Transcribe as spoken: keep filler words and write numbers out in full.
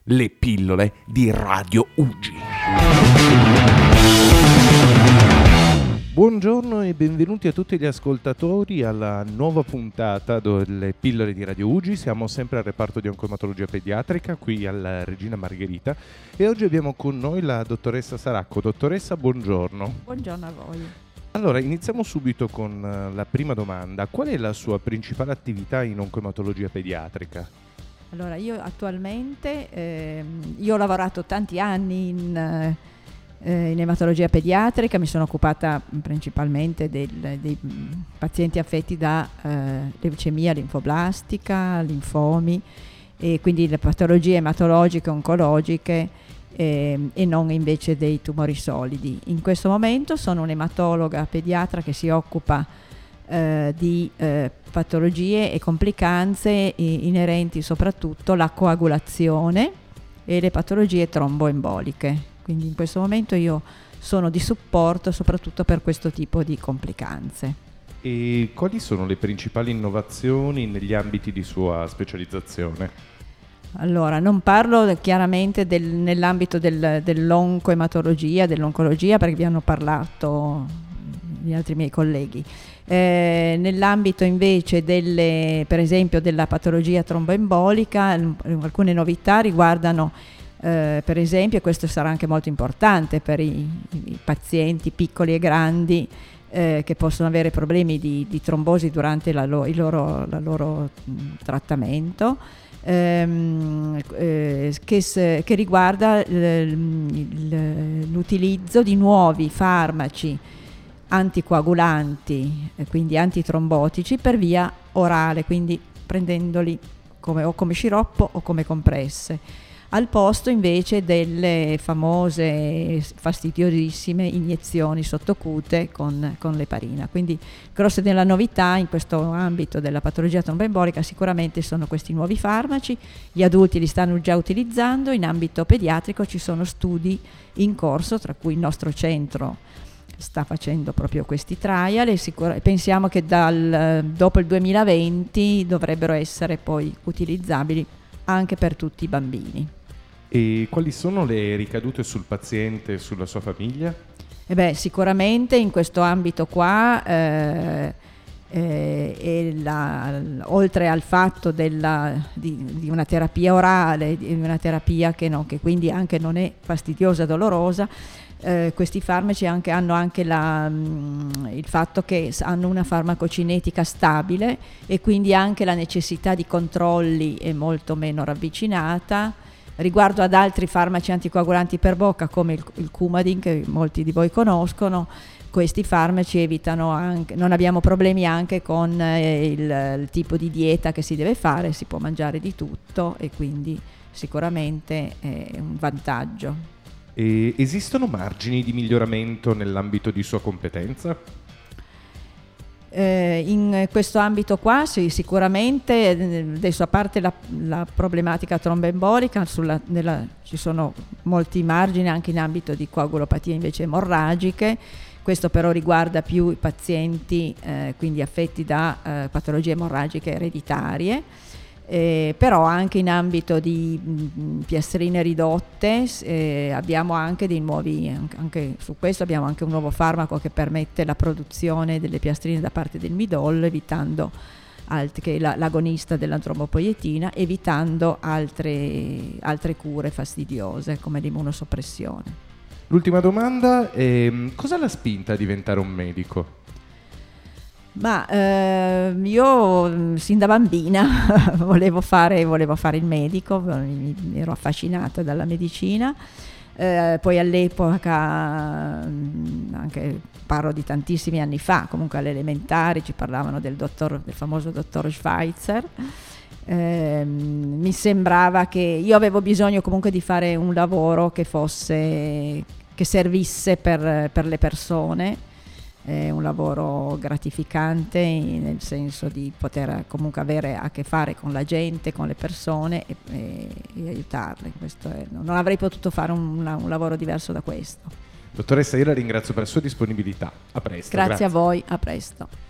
le pillole di Radio U G. Buongiorno e benvenuti a tutti gli ascoltatori alla nuova puntata delle pillole di Radio U G. Siamo sempre al reparto di oncoematologia pediatrica qui alla Regina Margherita e oggi abbiamo con noi la dottoressa Saracco. Dottoressa, buongiorno. Buongiorno a voi. Allora, iniziamo subito con la prima domanda. Qual è la sua principale attività in oncoematologia pediatrica? Allora, io attualmente, eh, io ho lavorato tanti anni in, eh, in ematologia pediatrica, mi sono occupata principalmente del, dei pazienti affetti da eh, leucemia linfoblastica, linfomi e quindi le patologie ematologiche, oncologiche eh, e non invece dei tumori solidi. In questo momento sono un'ematologa pediatra che si occupa eh, di eh, patologie e complicanze inerenti soprattutto alla coagulazione e le patologie tromboemboliche. Quindi in questo momento io sono di supporto soprattutto per questo tipo di complicanze. E quali sono le principali innovazioni negli ambiti di sua specializzazione? Allora, non parlo chiaramente del, nell'ambito del, dell'oncoematologia, dell'oncologia, perché vi hanno parlato gli altri miei colleghi. Eh, nell'ambito invece delle, per esempio della patologia tromboembolica, alcune novità riguardano eh, per esempio, e questo sarà anche molto importante per i, i pazienti piccoli e grandi eh, che possono avere problemi di, di trombosi durante la, lo, il loro, la loro mh, trattamento, ehm, eh, che, se, che riguarda l, l'utilizzo di nuovi farmaci anticoagulanti, eh, quindi antitrombotici per via orale, quindi prendendoli come, o come sciroppo o come compresse, al posto invece delle famose fastidiosissime iniezioni sottocute con, con l'eparina. Quindi grosse della novità in questo ambito della patologia tromboembolica sicuramente sono questi nuovi farmaci. Gli adulti li stanno già utilizzando, in ambito pediatrico ci sono studi in corso, tra cui il nostro centro sta facendo proprio questi trial e sicur- pensiamo che dal, dopo il duemilaventi dovrebbero essere poi utilizzabili anche per tutti i bambini. E quali sono le ricadute sul paziente e sulla sua famiglia? E beh, sicuramente in questo ambito qua eh, eh, e la, oltre al fatto della, di, di una terapia orale, di una terapia che, no, che quindi anche non è fastidiosa, dolorosa, Eh, questi farmaci anche, hanno anche la, mh, il fatto che hanno una farmacocinetica stabile e quindi anche la necessità di controlli è molto meno ravvicinata. Riguardo ad altri farmaci anticoagulanti per bocca come il, il Coumadin, che molti di voi conoscono, questi farmaci evitano anche, non abbiamo problemi anche con eh, il, il tipo di dieta che si deve fare, si può mangiare di tutto e quindi sicuramente è un vantaggio. E esistono margini di miglioramento nell'ambito di sua competenza? Eh, in questo ambito qua sì, sicuramente, adesso a parte la, la problematica tromboembolica, sulla, nella, ci sono molti margini anche in ambito di coagulopatie invece emorragiche. Questo però riguarda più i pazienti eh, quindi affetti da eh, patologie emorragiche ereditarie. Eh, però anche in ambito di mh, piastrine ridotte eh, abbiamo anche dei nuovi, anche su questo abbiamo anche un nuovo farmaco che permette la produzione delle piastrine da parte del midollo, evitando alt- che è la, l'agonista della trombopoietina, evitando altre, altre cure fastidiose come l'immunosoppressione. L'ultima domanda è: cosa l'ha spinta a diventare un medico? Ma eh, io sin da bambina volevo fare, volevo fare il medico, mi, ero affascinata dalla medicina, eh, poi all'epoca, anche parlo di tantissimi anni fa, comunque alle elementari ci parlavano del, dottor, del famoso dottor Schweitzer. Eh, mi sembrava che io avevo bisogno comunque di fare un lavoro che fosse, che servisse per, per le persone. È un lavoro gratificante nel senso di poter comunque avere a che fare con la gente, con le persone e, e, e aiutarle. Questo è, non avrei potuto fare un, un lavoro diverso da questo. Dottoressa, io la ringrazio per la sua disponibilità. A presto. Grazie, grazie. a voi, a presto.